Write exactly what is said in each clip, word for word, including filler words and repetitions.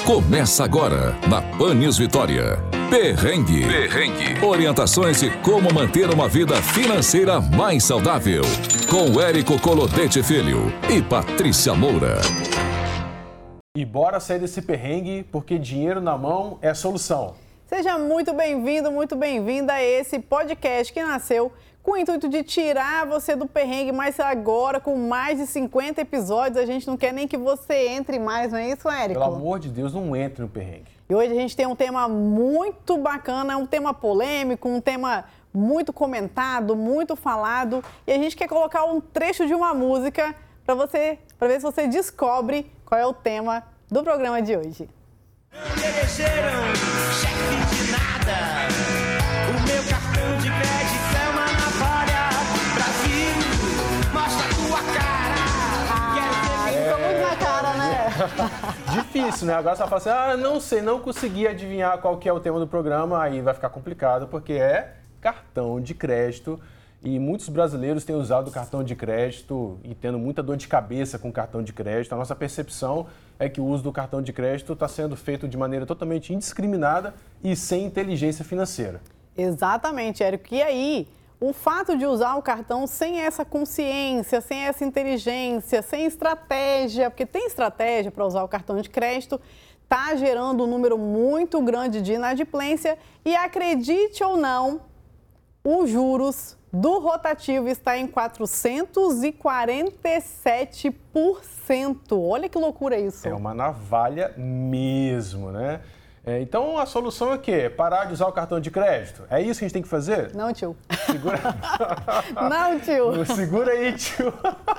Começa agora, na Pan News Vitória. Perrengue. Perrengue. Orientações de como manter uma vida financeira mais saudável. Com Érico Colodete Filho e Patrícia Moura. E bora sair desse perrengue, porque dinheiro na mão é a solução. Seja muito bem-vindo, muito bem-vinda a esse podcast que nasceu com o intuito de tirar você do perrengue, mas agora com mais de cinquenta episódios, a gente não quer nem que você entre mais, não é isso, Érico? Pelo amor de Deus, não entre no perrengue. E hoje a gente tem um tema muito bacana, um tema polêmico, um tema muito comentado, muito falado, e a gente quer colocar um trecho de uma música para você, para ver se você descobre qual é o tema do programa de hoje. Não mereceram cheque de nada. O meu cartão de crédito é uma navalha. Brasil, mostra a tua cara. Ah, ficou muito na cara, né? Difícil, né? Agora você fala assim, ah, não sei, não consegui adivinhar qual que é o tema do programa, aí vai ficar complicado, porque é cartão de crédito. E muitos brasileiros têm usado o cartão de crédito e tendo muita dor de cabeça com o cartão de crédito. A nossa percepção é que o uso do cartão de crédito está sendo feito de maneira totalmente indiscriminada e sem inteligência financeira. Exatamente, Érico. E aí, o fato de usar o cartão sem essa consciência, sem essa inteligência, sem estratégia, porque tem estratégia para usar o cartão de crédito, está gerando um número muito grande de inadimplência e, acredite ou não, os juros do rotativo está em quatrocentos e quarenta e sete por cento. Olha que loucura isso. É uma navalha mesmo, né? É, então, a solução é o quê? Parar de usar o cartão de crédito? É isso que a gente tem que fazer? Não, tio. Segura... Não, tio. Segura aí, tio.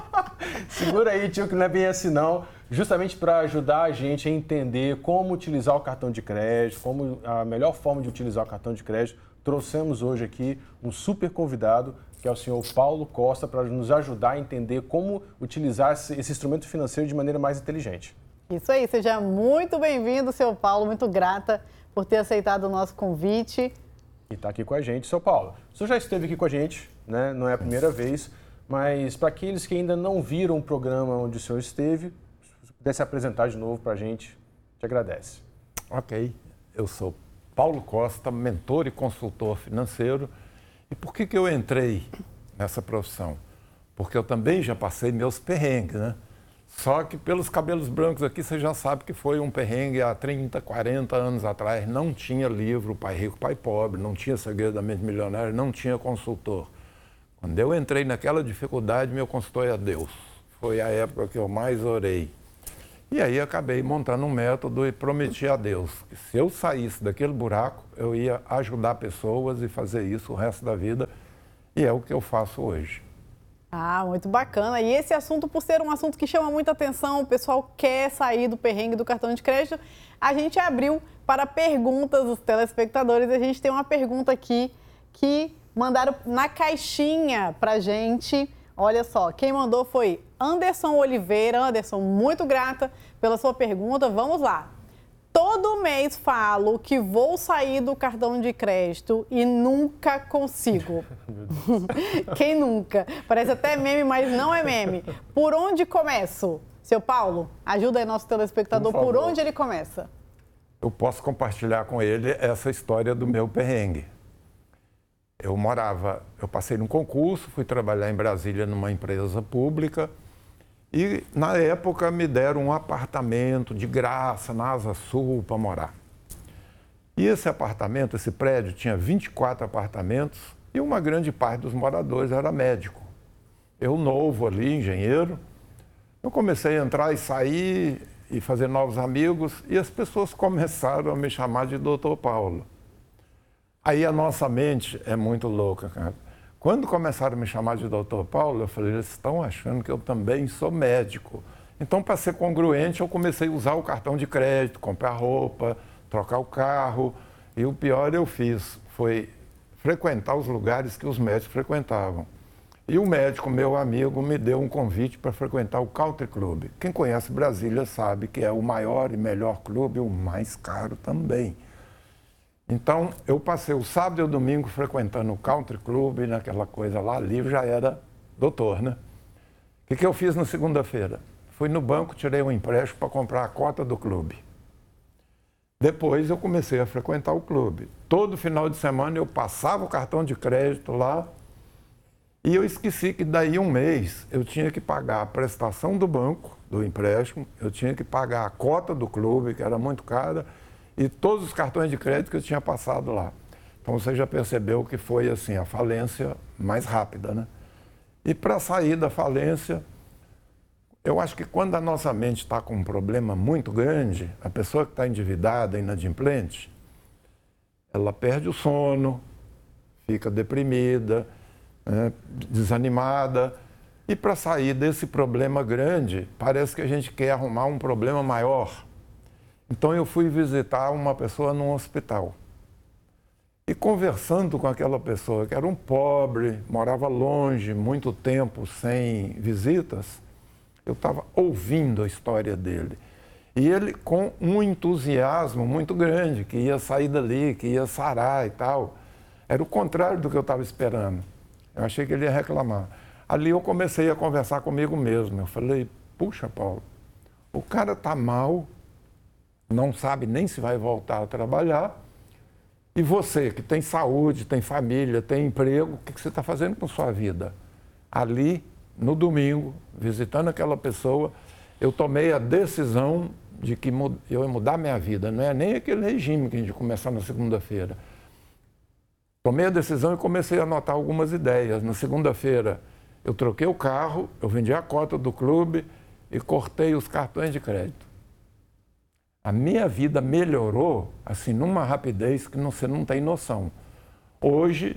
Segura aí, tio, que não é bem assim, não. Justamente para ajudar a gente a entender como utilizar o cartão de crédito, como a melhor forma de utilizar o cartão de crédito, trouxemos hoje aqui um super convidado, que é o senhor Paulo Costa, para nos ajudar a entender como utilizar esse, esse instrumento financeiro de maneira mais inteligente. Isso aí, seja muito bem-vindo, senhor Paulo, muito grata por ter aceitado o nosso convite. E está aqui com a gente, senhor Paulo. O senhor já esteve aqui com a gente, né? Não é a primeira vez, mas para aqueles que ainda não viram o programa onde o senhor esteve, se pudesse apresentar de novo para a gente, te agradece. Ok, eu sou Paulo Costa, mentor e consultor financeiro. E por que que eu entrei nessa profissão? Porque eu também já passei meus perrengues, né? Só que pelos cabelos brancos aqui, você já sabe que foi um perrengue há trinta, quarenta anos atrás. Não tinha livro Pai Rico, Pai Pobre, não tinha Segredo da Mente Milionária, não tinha consultor. Quando eu entrei naquela dificuldade, meu consultor é Deus. Foi a época que eu mais orei. E aí acabei montando um método e prometi a Deus que se eu saísse daquele buraco, eu ia ajudar pessoas e fazer isso o resto da vida. E é o que eu faço hoje. Ah, muito bacana. E esse assunto, por ser um assunto que chama muita atenção, o pessoal quer sair do perrengue do cartão de crédito, a gente abriu para perguntas dos telespectadores. A gente tem uma pergunta aqui que mandaram na caixinha pra gente. Olha só, quem mandou foi Anderson Oliveira. Anderson, muito grata pela sua pergunta. Vamos lá. Todo mês falo que vou sair do cartão de crédito e nunca consigo. Quem nunca? Parece até meme, mas não é meme. Por onde começo? Seu Paulo, ajuda aí nosso telespectador. Por, Por onde ele começa? Eu posso compartilhar com ele essa história do meu perrengue. Eu morava, eu passei num concurso, fui trabalhar em Brasília numa empresa pública e, na época, me deram um apartamento de graça na Asa Sul para morar. E esse apartamento, esse prédio, tinha vinte e quatro apartamentos e uma grande parte dos moradores era médico. Eu, novo ali, engenheiro, eu comecei a entrar e sair e fazer novos amigos e as pessoas começaram a me chamar de doutor Paulo. Aí a nossa mente é muito louca, cara. Quando começaram a me chamar de doutor Paulo, eu falei, eles estão achando que eu também sou médico. Então, para ser congruente, eu comecei a usar o cartão de crédito, comprar roupa, trocar o carro. E o pior eu fiz foi frequentar os lugares que os médicos frequentavam. E o médico, meu amigo, me deu um convite para frequentar o Country Club. Quem conhece Brasília sabe que é o maior e melhor clube, o mais caro também. Então, eu passei o sábado e o domingo frequentando o Country Club, naquela coisa lá, ali eu já era doutor, né? O que, que eu fiz na segunda-feira? Fui no banco, tirei um empréstimo para comprar a cota do clube. Depois eu comecei a frequentar o clube. Todo final de semana eu passava o cartão de crédito lá e eu esqueci que daí um mês eu tinha que pagar a prestação do banco, do empréstimo, eu tinha que pagar a cota do clube, que era muito cara, e todos os cartões de crédito que eu tinha passado lá. Então você já percebeu que foi assim a falência mais rápida, né? E para sair da falência, eu acho que quando a nossa mente está com um problema muito grande, a pessoa que está endividada, inadimplente, ela perde o sono, fica deprimida, né, desanimada. E para sair desse problema grande, parece que a gente quer arrumar um problema maior. Então eu fui visitar uma pessoa num hospital. E conversando com aquela pessoa, que era um pobre, morava longe, muito tempo sem visitas, eu estava ouvindo a história dele. E ele com um entusiasmo muito grande, que ia sair dali, que ia sarar e tal. Era o contrário do que eu estava esperando. Eu achei que ele ia reclamar. Ali eu comecei a conversar comigo mesmo. Eu falei, puxa, Paulo, o cara está mal, não sabe nem se vai voltar a trabalhar. E você, que tem saúde, tem família, tem emprego, o que você está fazendo com sua vida? Ali, no domingo, visitando aquela pessoa, eu tomei a decisão de que eu ia mudar minha vida. Não é nem aquele regime que a gente começou na segunda-feira. Tomei a decisão e comecei a anotar algumas ideias. Na segunda-feira, eu troquei o carro, eu vendi a cota do clube e cortei os cartões de crédito. A minha vida melhorou, assim, numa rapidez que você não tem noção. Hoje,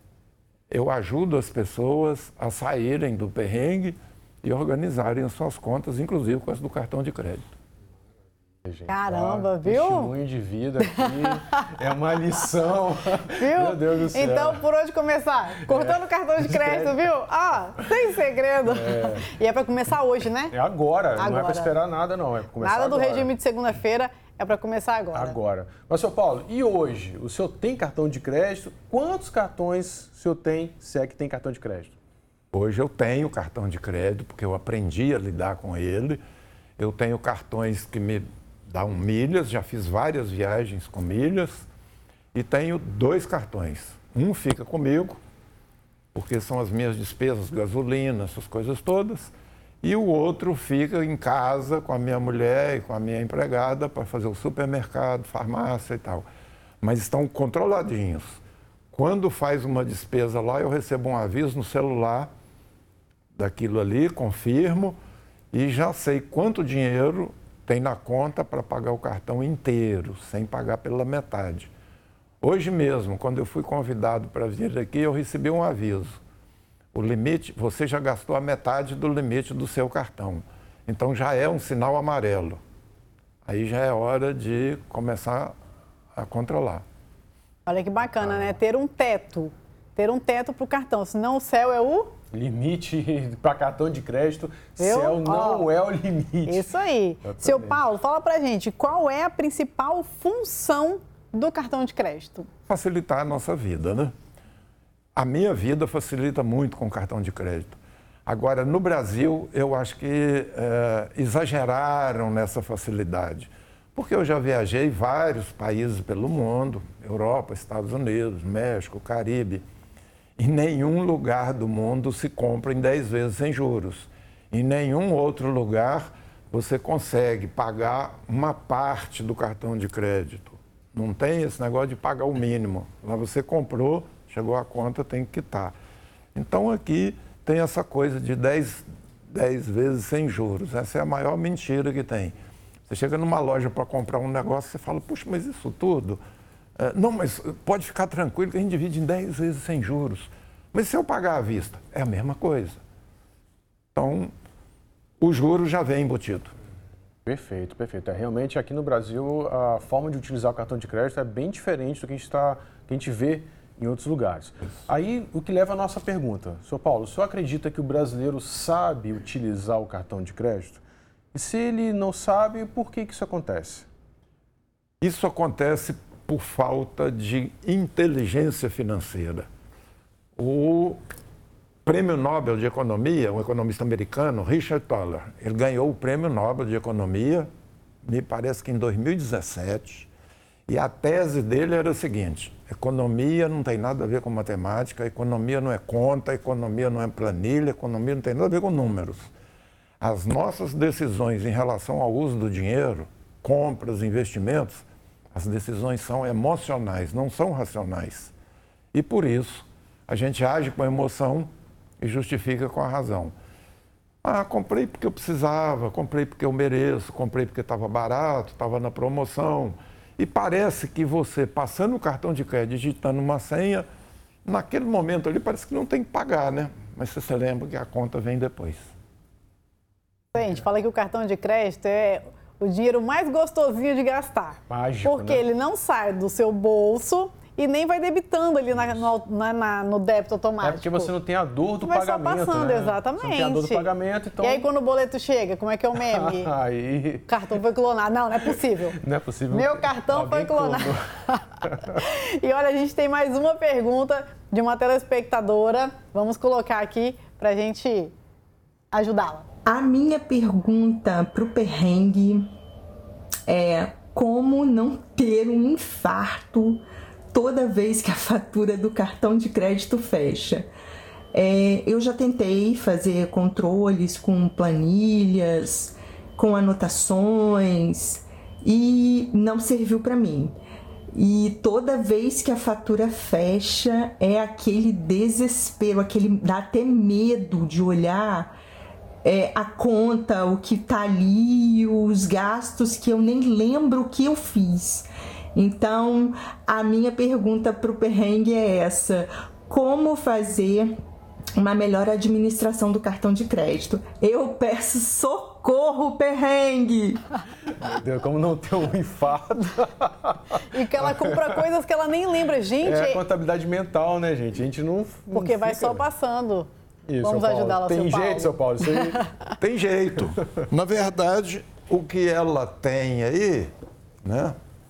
eu ajudo as pessoas a saírem do perrengue e organizarem as suas contas, inclusive com as do cartão de crédito. Caramba, ah, viu? Testemunho de vida aqui, é uma lição. Viu? Meu Deus do céu. Então, por onde começar? Cortando o cartão de crédito, viu? Ah, sem segredo. É. E é para começar hoje, né? É agora, Agora. não é para esperar nada não, é para começar Nada do agora. regime de segunda-feira, é para começar agora. Agora. Mas, senhor Paulo, e hoje? O senhor tem cartão de crédito? Quantos cartões o senhor tem, se é que tem cartão de crédito? Hoje eu tenho cartão de crédito, porque eu aprendi a lidar com ele. Eu tenho cartões que me dão milhas, já fiz várias viagens com milhas. E tenho dois cartões. Um fica comigo, porque são as minhas despesas, gasolina, essas coisas todas. E o outro fica em casa com a minha mulher e com a minha empregada para fazer o supermercado, farmácia e tal. Mas estão controladinhos. Quando faz uma despesa lá, eu recebo um aviso no celular daquilo ali, confirmo e já sei quanto dinheiro tem na conta para pagar o cartão inteiro, sem pagar pela metade. Hoje mesmo, quando eu fui convidado para vir aqui, eu recebi um aviso. O limite, você já gastou a metade do limite do seu cartão. Então já é um sinal amarelo. Aí já é hora de começar a controlar. Olha que bacana, né? Ter um teto. Ter um teto para o cartão, senão o céu é o... Limite para cartão de crédito, Viu? céu não Ó, é o limite. Isso aí. Exatamente. Seu Paulo, fala pra gente, qual é a principal função do cartão de crédito? Facilitar a nossa vida, né? A minha vida facilita muito com o cartão de crédito. Agora, no Brasil, eu acho que é, exageraram nessa facilidade. Porque eu já viajei vários países pelo mundo, Europa, Estados Unidos, México, Caribe. Em nenhum lugar do mundo se compra em dez vezes sem juros. Em nenhum outro lugar você consegue pagar uma parte do cartão de crédito. Não tem esse negócio de pagar o mínimo. Lá você comprou, chegou a conta, tem que quitar. Então aqui tem essa coisa de dez vezes sem juros. Essa é a maior mentira que tem. Você chega numa loja para comprar um negócio, você fala, puxa, mas isso tudo... É, não, mas pode ficar tranquilo que a gente divide em dez vezes sem juros. Mas se eu pagar à vista, é a mesma coisa. Então, o juro já vem embutido. Perfeito, perfeito. É, realmente, aqui no Brasil, a forma de utilizar o cartão de crédito é bem diferente do que a gente, tá, que a gente vê em outros lugares. Isso. Aí, o que leva à nossa pergunta. Senhor Paulo, o senhor acredita que o brasileiro sabe utilizar o cartão de crédito? E se ele não sabe, por que que isso acontece? Isso acontece por falta de inteligência financeira. O Prêmio Nobel de Economia, um economista americano, Richard Thaler, ele ganhou o Prêmio Nobel de Economia, me parece que em dois mil e dezessete, E a tese dele era o seguinte: economia não tem nada a ver com matemática, economia não é conta, economia não é planilha, economia não tem nada a ver com números. As nossas decisões em relação ao uso do dinheiro, compras, investimentos, as decisões são emocionais, não são racionais. E por isso, a gente age com a emoção e justifica com a razão. Ah, comprei porque eu precisava, comprei porque eu mereço, comprei porque estava barato, estava na promoção. E parece que você, passando o cartão de crédito, digitando uma senha, naquele momento ali parece que não tem que pagar, né? Mas você se lembra que a conta vem depois. Gente, fala que o cartão de crédito é o dinheiro mais gostosinho de gastar. Mágico, porque né? ele não sai do seu bolso e nem vai debitando ali na, no, na, na, no débito automático. É porque você não tem a dor do vai pagamento, só passando, né? exatamente. Você não tem a dor do pagamento, então... E aí quando o boleto chega, como é que é o meme? Aí... O cartão foi clonado. Não, não é possível. Não é possível. Meu cartão Alguém foi clonado. clonou. E olha, a gente tem mais uma pergunta de uma telespectadora. Vamos colocar aqui pra gente ajudá-la. A minha pergunta para o perrengue é como não ter um infarto toda vez que a fatura do cartão de crédito fecha. É, eu já tentei fazer controles com planilhas, com anotações e não serviu para mim. E toda vez que a fatura fecha é aquele desespero, aquele dá até medo de olhar É, a conta, o que tá ali, os gastos que eu nem lembro o que eu fiz. Então, a minha pergunta para o perrengue é essa: como fazer uma melhor administração do cartão de crédito? Eu peço socorro, perrengue! Meu Deus, como não ter um infarto. E que ela compra coisas que ela nem lembra. Gente, É a contabilidade mental, né, gente? A gente não. não porque vai fica... só passando. Isso, Vamos São Paulo. ajudá-la, Tem seu Paulo. jeito, São Paulo? Isso aí... Tem jeito. Na verdade, o que ela tem aí, né,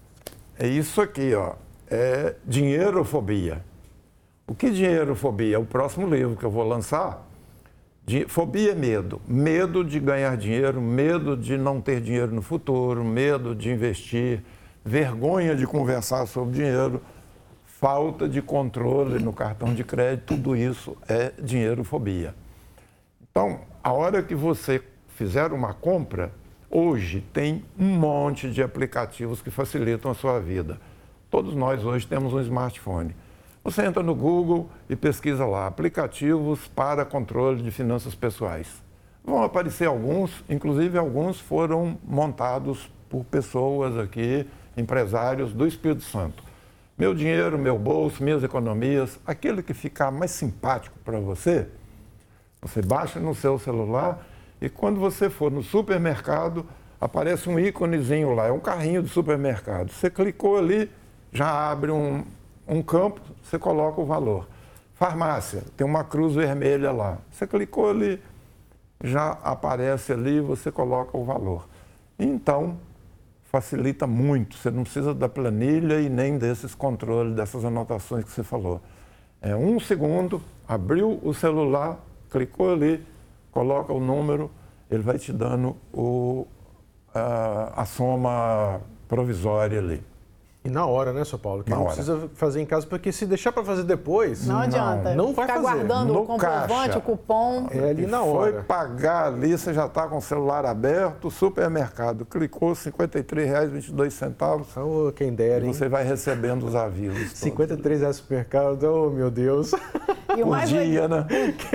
é isso aqui, ó. É dinheirofobia. O que é dinheirofobia? É o próximo livro que eu vou lançar. Fobia é medo. Medo de ganhar dinheiro, medo de não ter dinheiro no futuro, medo de investir, vergonha de conversar sobre dinheiro, falta de controle no cartão de crédito, tudo isso é dinheirofobia. Então, a hora que você fizer uma compra, hoje tem um monte de aplicativos que facilitam a sua vida. Todos nós hoje temos um smartphone. Você entra no Google e pesquisa lá, aplicativos para controle de finanças pessoais. Vão aparecer alguns, inclusive alguns foram montados por pessoas aqui, empresários do Espírito Santo. Meu dinheiro, meu bolso, minhas economias, aquele que ficar mais simpático para você, você baixa no seu celular e quando você for no supermercado, aparece um íconezinho lá, é um carrinho de supermercado. Você clicou ali, já abre um, um campo, você coloca o valor. Farmácia, tem uma cruz vermelha lá. Você clicou ali, já aparece ali, você coloca o valor. Então, facilita muito, você não precisa da planilha e nem desses controles, dessas anotações que você falou. É um segundo, abriu o celular, clicou ali, coloca o número, ele vai te dando o, a, a soma provisória ali. E na hora, né, São Paulo? Que Na não hora. precisa fazer em casa, porque se deixar para fazer depois... Não adianta. Não vai Ficar fazer. guardando No o comprovante, caixa. o cupom. É ali E na foi hora. pagar ali, você já está com o celular aberto, supermercado, clicou cinquenta e três reais e vinte e dois centavos, Oh, quem dera, e hein? você vai recebendo os avisos todos. cinquenta e três reais no supermercado, oh meu Deus. E o, Por mais dia, legal, né?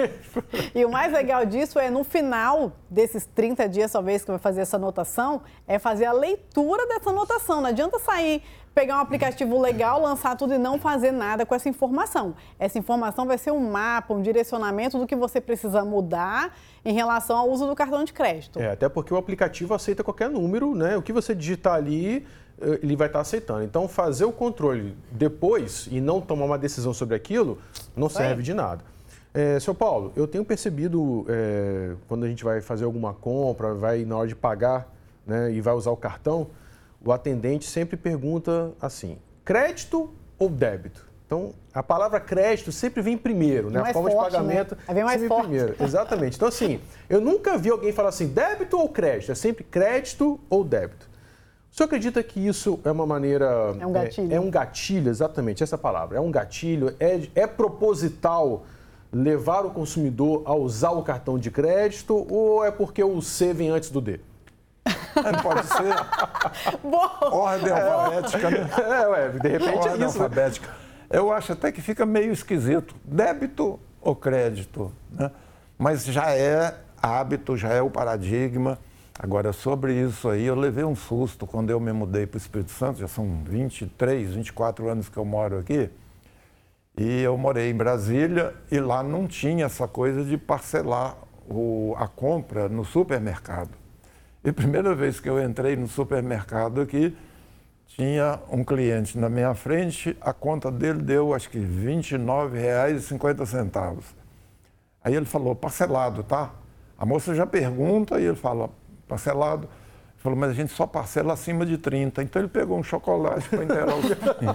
e o mais legal disso é, no final desses trinta dias, talvez, que vai fazer essa anotação, é fazer a leitura dessa anotação. Não adianta sair, pegar um aplicativo legal, lançar tudo e não fazer nada com essa informação. Essa informação vai ser um mapa, um direcionamento do que você precisa mudar em relação ao uso do cartão de crédito. É, até porque o aplicativo aceita qualquer número, né? O que você digitar ali, eh, ele vai estar aceitando. Então, fazer o controle depois e não tomar uma decisão sobre aquilo, não Isso aí. serve de nada. É, seu Paulo, eu tenho percebido, é, quando a gente vai fazer alguma compra, vai na hora de pagar, né, e vai usar o cartão, o atendente sempre pergunta assim, crédito ou débito? Então, a palavra crédito sempre vem primeiro, né? Mais A forma forte, de pagamento né? Aí vem mais sempre forte. primeiro. Exatamente. Então, assim, eu nunca vi alguém falar assim, débito ou crédito? É sempre crédito ou débito. O senhor acredita que isso é uma maneira... É um gatilho. É, é um gatilho, exatamente, essa palavra. É um gatilho, é, é proposital levar o consumidor a usar o cartão de crédito ou é porque o C vem antes do D? É, pode ser. Ordem alfabética, né? É, ué, de repente Ordem é isso. alfabética. Eu acho até que fica meio esquisito. Débito ou crédito, né? Mas já é hábito, já é o paradigma. Agora, sobre isso aí, eu levei um susto quando eu me mudei para o Espírito Santo, já são vinte e três, vinte e quatro anos que eu moro aqui, e eu morei em Brasília e lá não tinha essa coisa de parcelar o, a compra no supermercado. E a primeira vez que eu entrei no supermercado aqui, tinha um cliente na minha frente, a conta dele deu acho que vinte e nove reais e cinquenta centavos. Aí ele falou, parcelado, tá? A moça já pergunta e ele fala, parcelado. Ele falou, mas a gente só parcela acima de trinta. Então ele pegou um chocolate para inteirar o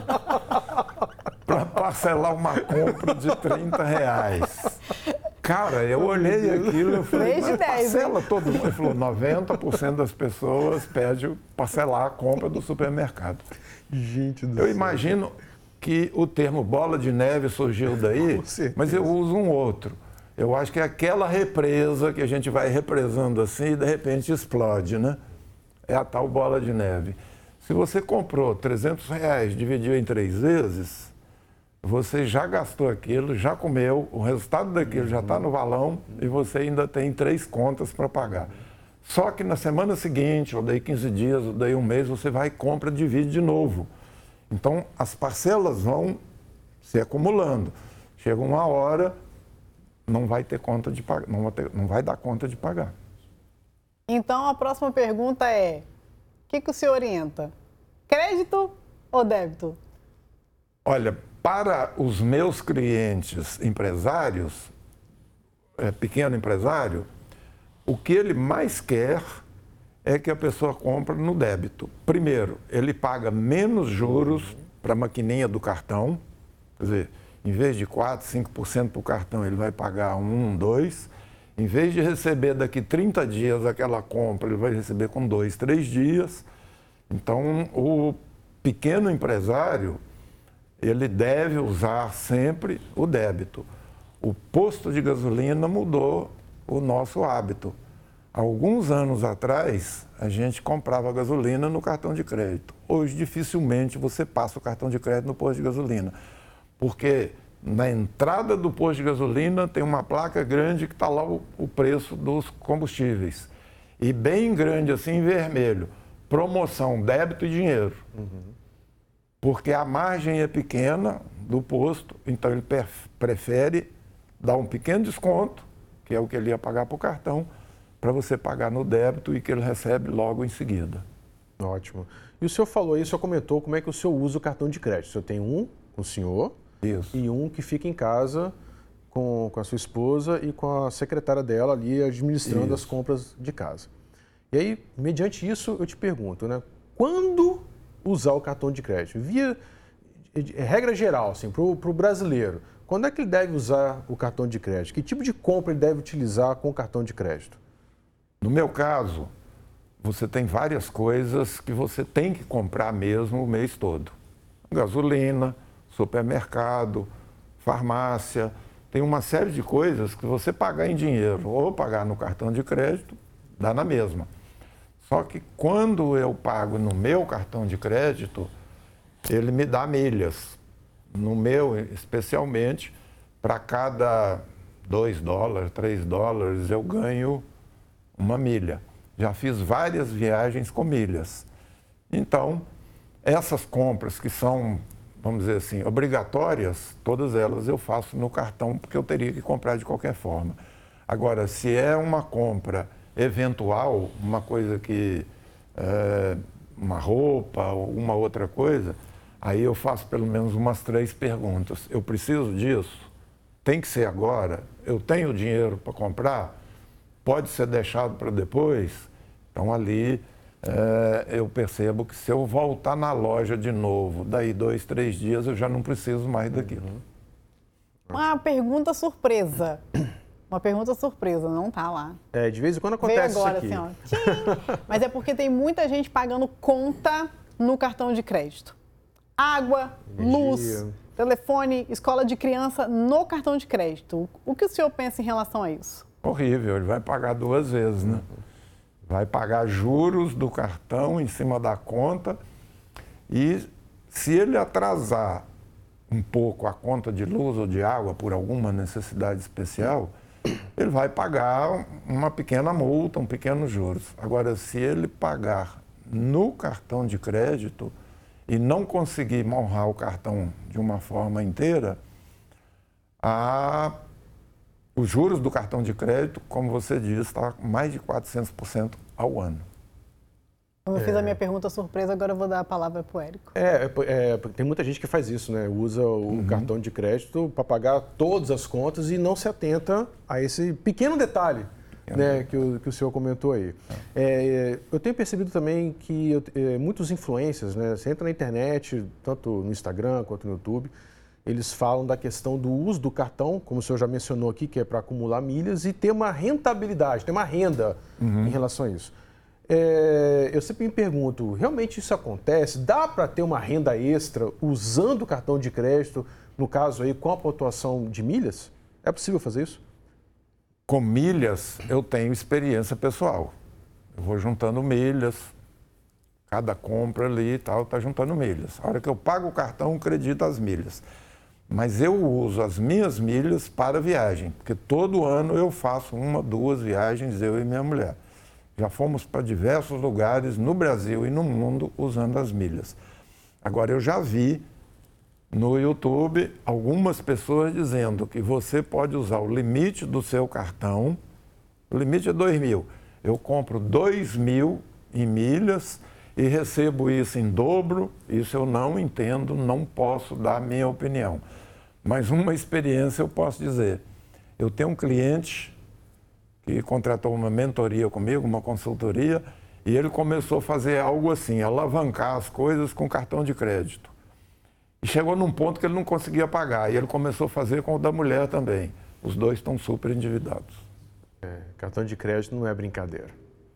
para parcelar uma compra de trinta reais. Cara, eu olhei aquilo e falei, mas parcela todo mundo. Ele falou, noventa por cento das pessoas pede parcelar a compra do supermercado. Gente do Eu céu. imagino que o termo bola de neve surgiu daí, mas eu uso um outro. Eu acho que é aquela represa que a gente vai represando assim e de repente explode, né? É a tal bola de neve. Se você comprou trezentos reais, dividiu em três vezes, você já gastou aquilo, já comeu, o resultado daquilo já está no valão e você ainda tem três contas para pagar. Só que na semana seguinte, ou daí quinze dias, ou daí um mês, você vai e compra, divide de novo. Então, as parcelas vão se acumulando. Chega uma hora, não vai ter conta de pagar, não vai, ter, não vai dar conta de pagar. Então, a próxima pergunta é, o que, que o senhor orienta? Crédito ou débito? Olha, para os meus clientes empresários, é, pequeno empresário, o que ele mais quer é que a pessoa compre no débito. Primeiro, ele paga menos juros para a maquininha do cartão, quer dizer, em vez de quatro, cinco por cento para o cartão, ele vai pagar um, dois por cento. Em vez de receber daqui trinta dias aquela compra, ele vai receber com dois, três dias. Então, o pequeno empresário, ele deve usar sempre o débito. O posto de gasolina mudou o nosso hábito. Alguns anos atrás, a gente comprava gasolina no cartão de crédito. Hoje, dificilmente você passa o cartão de crédito no posto de gasolina, porque na entrada do posto de gasolina tem uma placa grande que está lá o, o preço dos combustíveis. E bem grande assim, em vermelho, promoção, débito e dinheiro. Uhum. Porque a margem é pequena do posto, então ele prefere dar um pequeno desconto, que é o que ele ia pagar para o cartão, para você pagar no débito e que ele recebe logo em seguida. Ótimo. E o senhor falou aí, o senhor comentou como é que o senhor usa o cartão de crédito. O senhor tem um com o senhor. Isso. E um que fica em casa com, com a sua esposa e com a secretária dela ali administrando Isso. as compras de casa. E aí, mediante isso, eu te pergunto, né? Quando usar o cartão de crédito? Via regra geral, assim, para o brasileiro, quando é que ele deve usar o cartão de crédito? Que tipo de compra ele deve utilizar com o cartão de crédito? No meu caso, você tem várias coisas que você tem que comprar mesmo o mês todo. Gasolina, supermercado, farmácia, tem uma série de coisas que você pagar em dinheiro ou pagar no cartão de crédito, dá na mesma. Só que quando eu pago no meu cartão de crédito, ele me dá milhas. No meu, especialmente, para cada dois dólares, três dólares, eu ganho uma milha. Já fiz várias viagens com milhas. Então, essas compras que são, vamos dizer assim, obrigatórias, todas elas eu faço no cartão, porque eu teria que comprar de qualquer forma. Agora, se é uma compra eventual, uma coisa que, é, uma roupa ou uma outra coisa, aí eu faço pelo menos umas três perguntas. Eu preciso disso? Tem que ser agora? Eu tenho dinheiro para comprar? Pode ser deixado para depois? Então, ali é, eu percebo que se eu voltar na loja de novo, daí dois, três dias, eu já não preciso mais daquilo. Uma pergunta surpresa. Uma pergunta surpresa, não tá lá. É, de vez em quando Veio acontece agora, isso aqui. assim, ó. Tchim! Mas é porque tem muita gente pagando conta no cartão de crédito. Água, Energia. luz, telefone, escola de criança no cartão de crédito. O que o senhor pensa em relação a isso? Horrível, ele vai pagar duas vezes, né? Vai pagar juros do cartão em cima da conta e se ele atrasar um pouco a conta de luz ou de água por alguma necessidade especial, ele vai pagar uma pequena multa, um pequeno juros. Agora, se ele pagar no cartão de crédito e não conseguir honrar o cartão de uma forma inteira, a... os juros do cartão de crédito, como você disse, está mais de quatrocentos por cento ao ano. Eu fiz a minha pergunta surpresa, agora eu vou dar a palavra para o Érico. É, é, é, tem muita gente que faz isso, né? Usa o uhum. cartão de crédito para pagar todas as contas e não se atenta a esse pequeno detalhe, é. né, que, o, que o senhor comentou aí. É. É, eu tenho percebido também que eu, é, muitos influencers, né? Você entra na internet, tanto no Instagram quanto no YouTube, eles falam da questão do uso do cartão, como o senhor já mencionou aqui, que é para acumular milhas e ter uma rentabilidade, ter uma renda uhum. em relação a isso. É, eu sempre me pergunto, realmente isso acontece? Dá para ter uma renda extra usando o cartão de crédito, no caso aí, com a pontuação de milhas? É possível fazer isso? Com milhas, eu tenho experiência pessoal. Eu vou juntando milhas, cada compra ali e tal, está juntando milhas. A hora que eu pago o cartão, eu acredito as milhas. Mas eu uso as minhas milhas para viagem, porque todo ano eu faço uma, duas viagens, eu e minha mulher. Já fomos para diversos lugares no Brasil e no mundo usando as milhas. Agora, eu já vi no YouTube algumas pessoas dizendo que você pode usar o limite do seu cartão, o limite é dois mil. Eu compro dois mil em milhas e recebo isso em dobro. Isso eu não entendo, não posso dar a minha opinião. Mas uma experiência eu posso dizer. Eu tenho um cliente que contratou uma mentoria comigo, uma consultoria, e ele começou a fazer algo assim, alavancar as coisas com cartão de crédito. E chegou num ponto que ele não conseguia pagar, e ele começou a fazer com o da mulher também. Os dois estão super endividados. É, cartão de crédito não é brincadeira.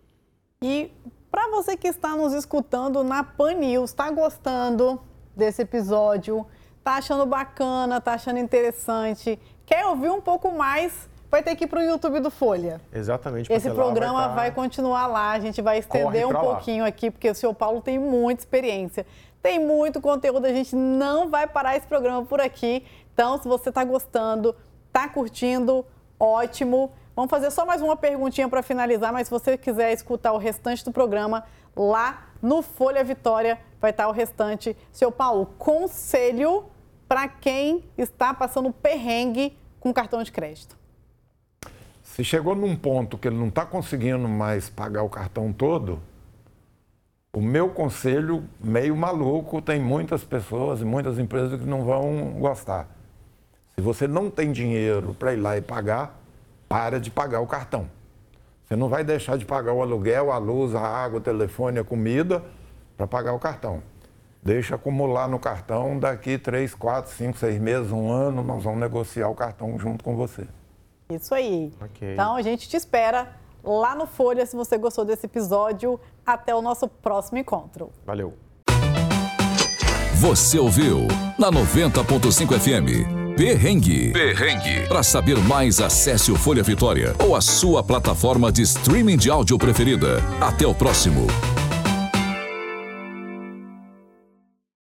E para você que está nos escutando na Pan News, está gostando desse episódio, está achando bacana, está achando interessante, quer ouvir um pouco mais, vai ter que ir para o YouTube do Folha. Exatamente. Esse programa vai, tá... vai continuar lá, a gente vai estender um pouquinho lá. aqui, porque o senhor Paulo tem muita experiência, tem muito conteúdo, a gente não vai parar esse programa por aqui. Então, se você está gostando, está curtindo, ótimo. Vamos fazer só mais uma perguntinha para finalizar, mas se você quiser escutar o restante do programa, lá no Folha Vitória vai estar o restante. Senhor Paulo, conselho para quem está passando perrengue com cartão de crédito. Se chegou num ponto que ele não está conseguindo mais pagar o cartão todo, o meu conselho, meio maluco, tem muitas pessoas e muitas empresas que não vão gostar. Se você não tem dinheiro para ir lá e pagar, para de pagar o cartão. Você não vai deixar de pagar o aluguel, a luz, a água, o telefone, a comida para pagar o cartão. Deixa acumular no cartão, daqui três, quatro, cinco, seis meses, um ano, nós vamos negociar o cartão junto com você. Isso aí. Okay. Então, a gente te espera lá no Folha, se você gostou desse episódio. Até o nosso próximo encontro. Valeu. Você ouviu na noventa ponto cinco F M. Perrengue. Perrengue. Para saber mais, acesse o Folha Vitória ou a sua plataforma de streaming de áudio preferida. Até o próximo.